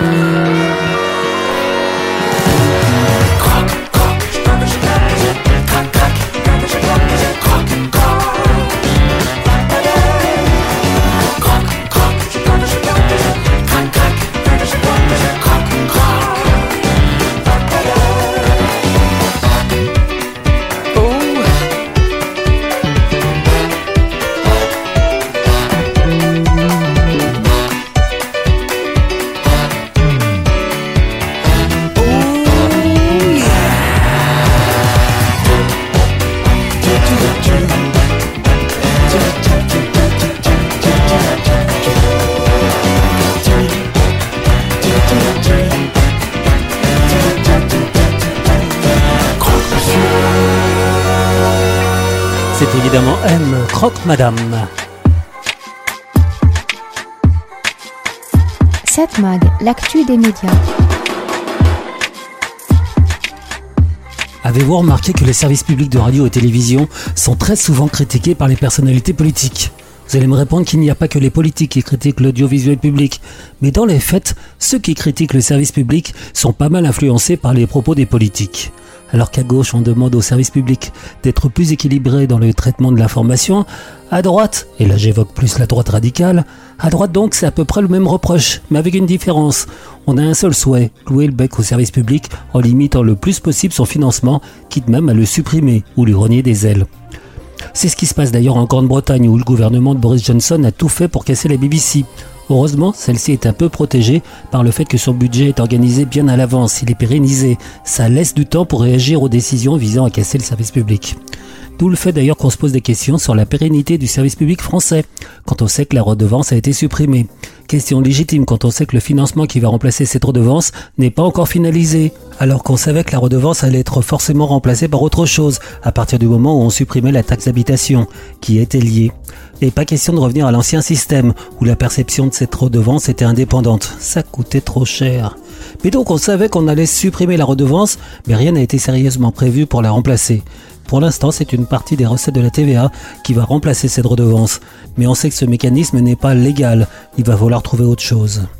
C'est évidemment M, Croque Madame. 7 Mag, l'actu des médias. Avez-vous remarqué que les services publics de radio et télévision sont très souvent critiqués par les personnalités politiques ? Vous allez me répondre qu'il n'y a pas que les politiques qui critiquent l'audiovisuel public. Mais dans les faits, ceux qui critiquent le service public sont pas mal influencés par les propos des politiques. Alors qu'à gauche, on demande au service public d'être plus équilibré dans le traitement de l'information, à droite, et là j'évoque plus la droite radicale, à droite donc c'est à peu près le même reproche, mais avec une différence. On a un seul souhait, clouer le bec au service public en limitant le plus possible son financement, quitte même à le supprimer ou lui rogner des ailes. C'est ce qui se passe d'ailleurs en Grande-Bretagne où le gouvernement de Boris Johnson a tout fait pour casser la BBC. Heureusement, celle-ci est un peu protégée par le fait que son budget est organisé bien à l'avance, il est pérennisé. Ça laisse du temps pour réagir aux décisions visant à casser le service public. D'où le fait d'ailleurs qu'on se pose des questions sur la pérennité du service public français, quand on sait que la redevance a été supprimée. Question légitime quand on sait que le financement qui va remplacer cette redevance n'est pas encore finalisé, alors qu'on savait que la redevance allait être forcément remplacée par autre chose, à partir du moment où on supprimait la taxe d'habitation, qui était liée. Et pas question de revenir à l'ancien système, où la perception de cette redevance était indépendante. Ça coûtait trop cher. Mais donc on savait qu'on allait supprimer la redevance, mais rien n'a été sérieusement prévu pour la remplacer. Pour l'instant, c'est une partie des recettes de la TVA qui va remplacer cette redevance. Mais on sait que ce mécanisme n'est pas légal. Il va falloir trouver autre chose.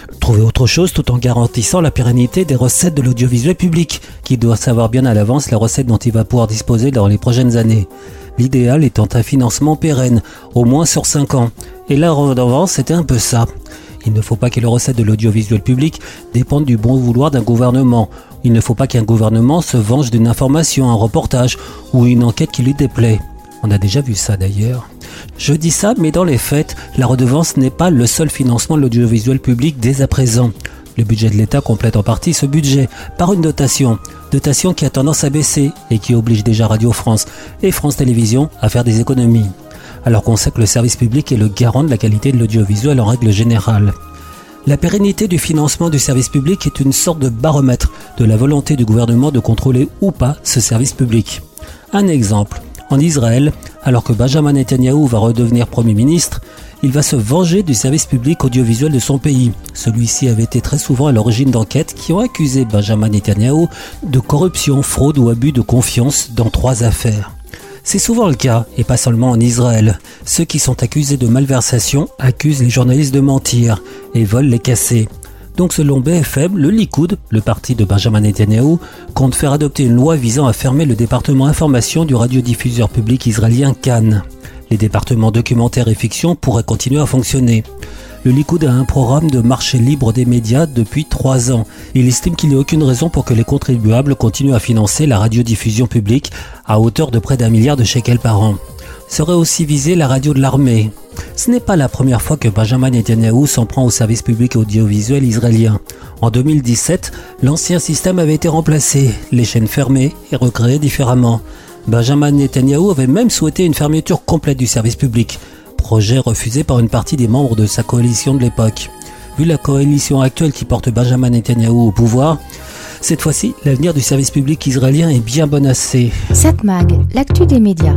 Trouver autre chose tout en garantissant la pérennité des recettes de l'audiovisuel public, qui doit savoir bien à l'avance les recettes dont il va pouvoir disposer dans les prochaines années. L'idéal étant un financement pérenne, au moins sur 5 ans. Et la redevance, c'était un peu ça. Il ne faut pas que les recettes de l'audiovisuel public dépendent du bon vouloir d'un gouvernement. Il ne faut pas qu'un gouvernement se venge d'une information, un reportage ou une enquête qui lui déplaît. On a déjà vu ça d'ailleurs. Je dis ça, mais dans les faits, la redevance n'est pas le seul financement de l'audiovisuel public dès à présent. Le budget de l'État complète en partie ce budget par une dotation qui a tendance à baisser et qui oblige déjà Radio France et France Télévisions à faire des économies. Alors qu'on sait que le service public est le garant de la qualité de l'audiovisuel en règle générale. La pérennité du financement du service public est une sorte de baromètre de la volonté du gouvernement de contrôler ou pas ce service public. Un exemple, en Israël, alors que Benjamin Netanyahou va redevenir Premier ministre, il va se venger du service public audiovisuel de son pays. Celui-ci avait été très souvent à l'origine d'enquêtes qui ont accusé Benjamin Netanyahou de corruption, fraude ou abus de confiance dans 3 affaires. C'est souvent le cas, et pas seulement en Israël. Ceux qui sont accusés de malversation accusent les journalistes de mentir et veulent les casser. Donc selon BFM, le Likoud, le parti de Benjamin Netanyahou, compte faire adopter une loi visant à fermer le département information du radiodiffuseur public israélien Cannes. Les départements documentaires et fiction pourraient continuer à fonctionner. Le Likoud a un programme de marché libre des médias depuis 3 ans. Il estime qu'il n'y a aucune raison pour que les contribuables continuent à financer la radiodiffusion publique à hauteur de près d'1 milliard de shekels par an. Serait aussi visée la radio de l'armée. Ce n'est pas la première fois que Benjamin Netanyahou s'en prend au service public audiovisuel israélien. En 2017, l'ancien système avait été remplacé, les chaînes fermées et recréées différemment. Benjamin Netanyahou avait même souhaité une fermeture complète du service public, projet refusé par une partie des membres de sa coalition de l'époque. Vu la coalition actuelle qui porte Benjamin Netanyahou au pouvoir, cette fois-ci, l'avenir du service public israélien est bien bonassé. Satmag, l'actu des médias.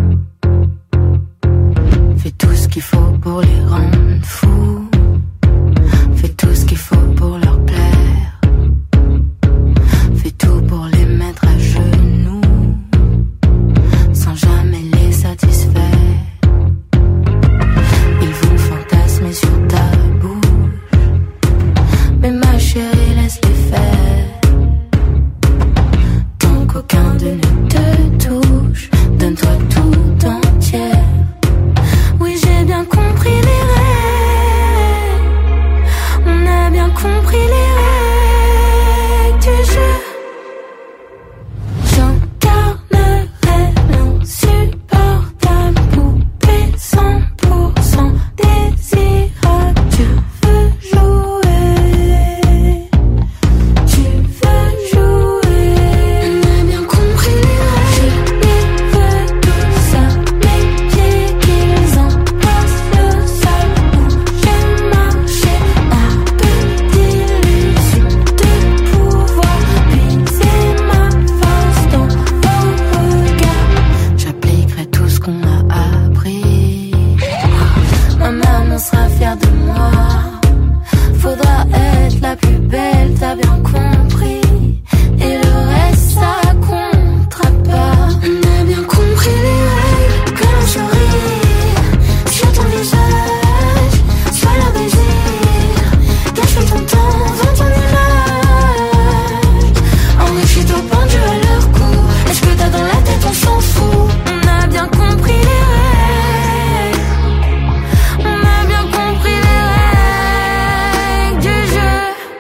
Fais tout ce qu'il faut pour les rendre fous. Fais tout ce qu'il faut pour leur plaire. Fais tout pour les mettre à genoux, sans jamais les satisfaire. Ils vont fantasmer sur ta bouche, mais ma chérie, laisse-les faire. Tant qu'aucun d'eux ne te touche, donne-toi tout entière. Oui, j'ai bien compris les règles. On a bien compris les règles du jeu. J'incarnerai l'insupportable poupée 100% désirable. Tu veux jouer, tu veux jouer. On a bien compris les règles. Je veux tout ça, mes pieds qu'ils embrassent le sol où j'ai marché à peu d'illusions de pouvoir puiser ma force dans vos regards. J'appliquerai tout ce qu'on a appris. Ma maman sera fière de moi. Faudra être la plus belle, t'as bien compris. Et le reste, ça comptera pas. On a bien compris les règles. Que l'on sourit sur ton visage, sois leur désir. Cache ton temps, vends ton image. Enrichis-toi pendu à leur cou. Est-ce que t'as dans la tête, on s'en fout. On a bien compris les règles. On a bien compris les règles du jeu.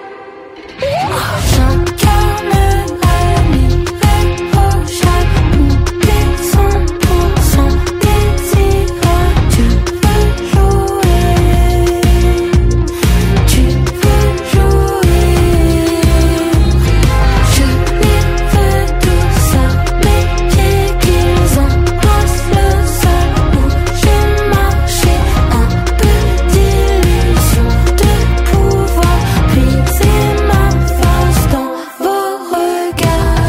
J'incarnerai l'irréprochable poupée 100% désirable. Tu veux jouer, tu veux jouer. Je veux tout ça, mes pieds qu'ils embrassent le sol où j'ai marché. Un peu d'illusion de pouvoir puiser ma force dans vos regards.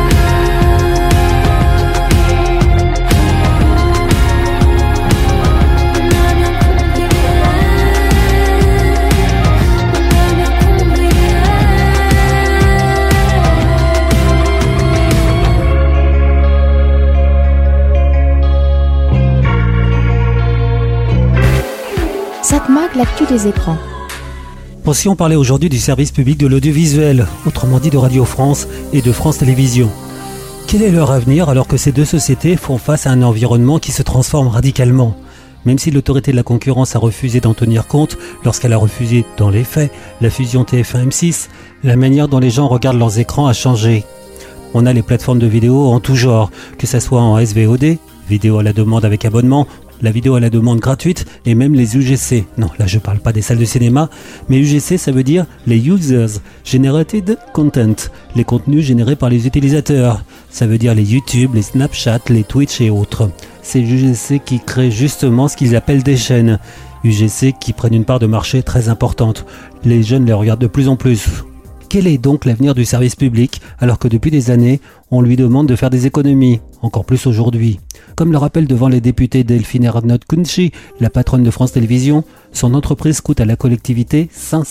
On a bien compris les règles. On a bien compris les Satmag, l'actu des écrans. Pensions parler aujourd'hui du service public de l'audiovisuel, autrement dit de Radio France et de France Télévisions. Quel est leur avenir alors que ces deux sociétés font face à un environnement qui se transforme radicalement ? Même si l'autorité de la concurrence a refusé d'en tenir compte lorsqu'elle a refusé, dans les faits, la fusion TF1-M6, la manière dont les gens regardent leurs écrans a changé. On a les plateformes de vidéo en tout genre, que ce soit en SVOD, vidéo à la demande avec abonnement, la vidéo à la demande gratuite et même les UGC. Non, là je parle pas des salles de cinéma, mais UGC ça veut dire les Users Generated Content, les contenus générés par les utilisateurs. Ça veut dire les YouTube, les Snapchat, les Twitch et autres. C'est UGC qui crée justement ce qu'ils appellent des chaînes. UGC qui prennent une part de marché très importante. Les jeunes les regardent de plus en plus. Quel est donc l'avenir du service public alors que depuis des années, on lui demande de faire des économies, encore plus aujourd'hui. Comme le rappelle devant les députés Delphine Ernotte-Kounchi, la patronne de France Télévisions, son entreprise coûte à la collectivité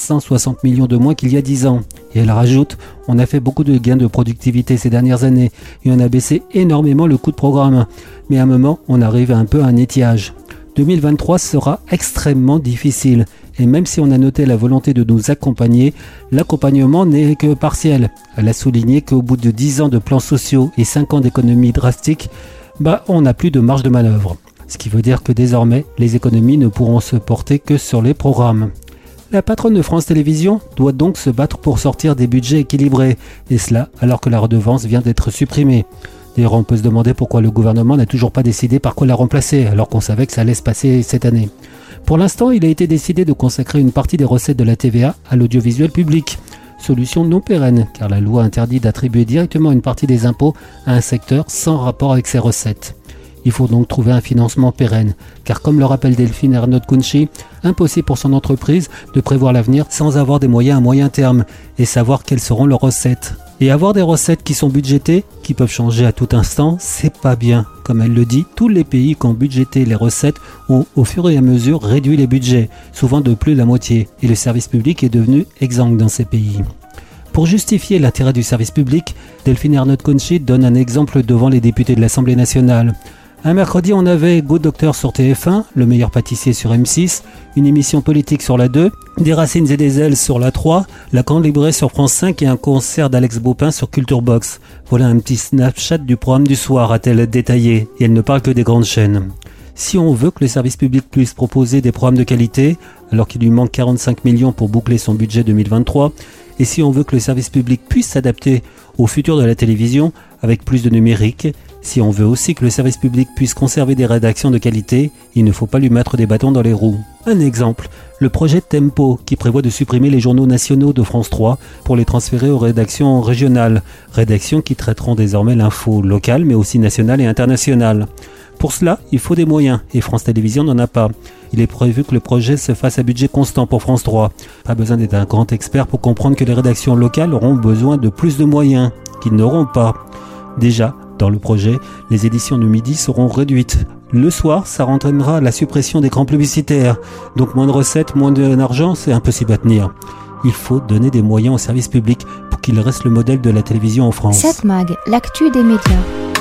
560 millions de moins qu'il y a 10 ans. Et elle rajoute, on a fait beaucoup de gains de productivité ces dernières années et on a baissé énormément le coût de programme. Mais à un moment, on arrive un peu à un étiage. 2023 sera extrêmement difficile. Et même si on a noté la volonté de nous accompagner, l'accompagnement n'est que partiel. Elle a souligné qu'au bout de 10 ans de plans sociaux et 5 ans d'économies drastiques, on n'a plus de marge de manœuvre. Ce qui veut dire que désormais, les économies ne pourront se porter que sur les programmes. La patronne de France Télévisions doit donc se battre pour sortir des budgets équilibrés, et cela alors que la redevance vient d'être supprimée. D'ailleurs, on peut se demander pourquoi le gouvernement n'a toujours pas décidé par quoi la remplacer, alors qu'on savait que ça allait se passer cette année. Pour l'instant, il a été décidé de consacrer une partie des recettes de la TVA à l'audiovisuel public. Solution non pérenne, car la loi interdit d'attribuer directement une partie des impôts à un secteur sans rapport avec ses recettes. Il faut donc trouver un financement pérenne, car comme le rappelle Delphine Ernotte-Kounchi, impossible pour son entreprise de prévoir l'avenir sans avoir des moyens à moyen terme et savoir quelles seront leurs recettes. Et avoir des recettes qui sont budgétées, qui peuvent changer à tout instant, c'est pas bien. Comme elle le dit, tous les pays qui ont budgété les recettes ont au fur et à mesure réduit les budgets, souvent de plus de la moitié, et le service public est devenu exsangue dans ces pays. Pour justifier l'intérêt du service public, Delphine Ernotte-Kounchi donne un exemple devant les députés de l'Assemblée nationale. Un mercredi, on avait Good Doctor sur TF1, Le meilleur pâtissier sur M6, une émission politique sur la 2, Des racines et des ailes sur la 3, La Grande Librairie sur France 5 et un concert d'Alex Baupin sur Culture Box. Voilà un petit Snapchat du programme du soir, a-t-elle détaillé, et elle ne parle que des grandes chaînes. Si on veut que le service public puisse proposer des programmes de qualité, alors qu'il lui manque 45 millions pour boucler son budget 2023, et si on veut que le service public puisse s'adapter au futur de la télévision avec plus de numérique, si on veut aussi que le service public puisse conserver des rédactions de qualité, il ne faut pas lui mettre des bâtons dans les roues. Un exemple, le projet Tempo qui prévoit de supprimer les journaux nationaux de France 3 pour les transférer aux rédactions régionales, rédactions qui traiteront désormais l'info locale mais aussi nationale et internationale. Pour cela, il faut des moyens et France Télévisions n'en a pas. Il est prévu que le projet se fasse à budget constant pour France 3. Pas besoin d'être un grand expert pour comprendre que les rédactions locales auront besoin de plus de moyens qu'ils n'auront pas. Déjà, dans le projet, les éditions du midi seront réduites. Le soir, ça entraînera la suppression d'écrans publicitaires. Donc moins de recettes, moins d'argent, c'est impossible à tenir. Il faut donner des moyens au service public pour qu'il reste le modèle de la télévision en France. 7 Mag, l'actu des médias.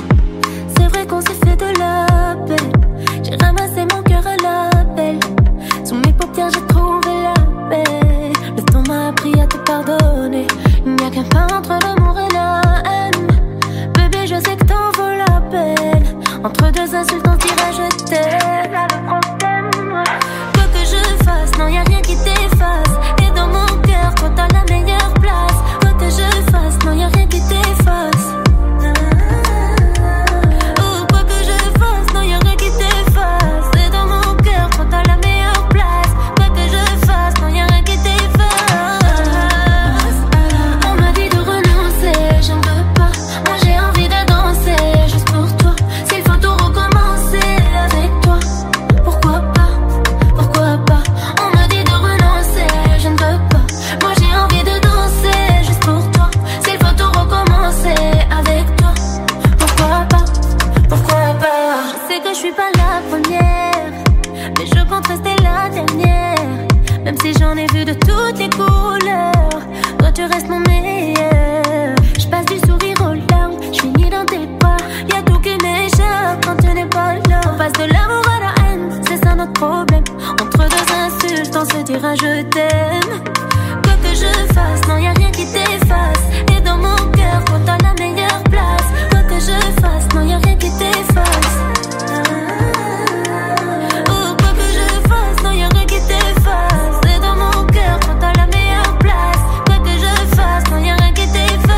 C'est vrai qu'on s'est fait de la peine. J'ai ramassé mon cœur à l'appel. Sous mes paupières, j'ai trouvé la paix. Le temps m'a appris à te pardonner. Il n'y a qu'un pas entre l'amour et la haine. Bébé, je sais que t'en vaut la peine. Entre deux insultes, on dirait je t'aime. C'est ça le problème. Quoi que je fasse, non, y a rien qui t'efface. Et dans mon cœur, toi t'as la meilleure place. Quoi que je fasse, non, y a rien qui t'efface. Quoi que je fasse, non, y a rien qui t'efface. Et dans mon cœur, toi t'as la meilleure place. Quoi que je fasse, non, y a rien qui t'efface. On m'a dit de renoncer, je ne veux pas. Moi j'ai envie de danser, juste pour toi. S'il faut tout recommencer avec toi, pourquoi pas, pourquoi pas. On m'a dit de renoncer, je ne veux pas. Moi j'ai envie de danser, juste pour toi. S'il faut tout recommencer avec toi, pourquoi pas, pourquoi pas. Je sais que je suis pas la première, mais je compte rester la dernière. Même si j'en ai vu de toutes les couleurs, toi tu restes mon meilleur. Je passe du sourire aux larmes, je finis dans tes bras. Y'a tout qui m'échappe quand tu n'es pas là. On passe de l'amour à la haine, c'est ça notre problème. Entre deux insultes, on se dira je t'aime. que je fasse, non y'a rien qui t'efface. Et dans mon cœur, toi t'as la meilleure place. Quoi que je fasse, non y'a rien qui t'efface. Oh, quoi que je fasse, non y'a rien qui t'efface. Et dans mon cœur, toi t'as la meilleure place. Quoi que je fasse, non y'a rien qui t'efface.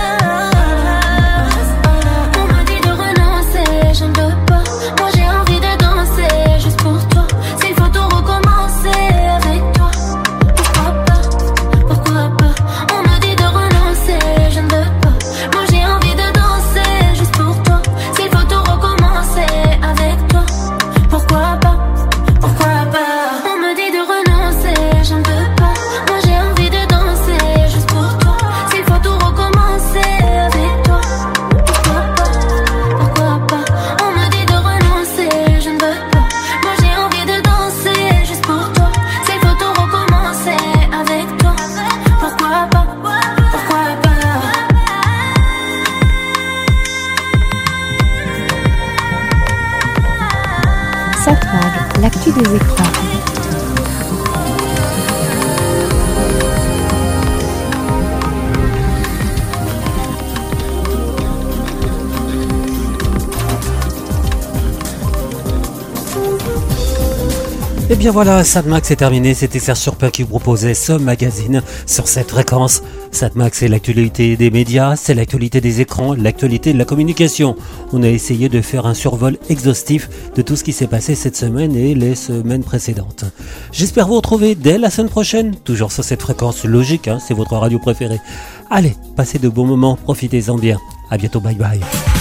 On me dit de renoncer, je ne peux pas. Moi j'ai envie de danser juste pour toi. S'il faut tout recommencer avec toi, pourquoi pas, pourquoi pas. On me dit de renoncer, je ne veux pas. Moi j'ai envie de danser juste pour toi. S'il faut tout recommencer avec toi, pourquoi pas, pourquoi pas. On me dit de renoncer, je ne veux pas. Moi j'ai envie de danser juste pour toi. S'il faut tout recommencer avec toi, pourquoi pas, pourquoi pas. On me dit de renoncer, je ne veux pas. Moi j'ai envie de danser juste pour toi. S'il faut tout recommencer avec toi, pourquoi pas, pourquoi pas. Satmag, l'actu des écrans. Et bien voilà, Satmag c'est terminé, c'était Serge Surpin qui vous proposait ce magazine sur cette fréquence. Satmag c'est l'actualité des médias, c'est l'actualité des écrans, l'actualité de la communication. On a essayé de faire un survol exhaustif de tout ce qui s'est passé cette semaine et les semaines précédentes. J'espère vous retrouver dès la semaine prochaine, toujours sur cette fréquence logique, hein, c'est votre radio préférée. Allez, passez de bons moments, profitez-en bien. À bientôt, bye bye.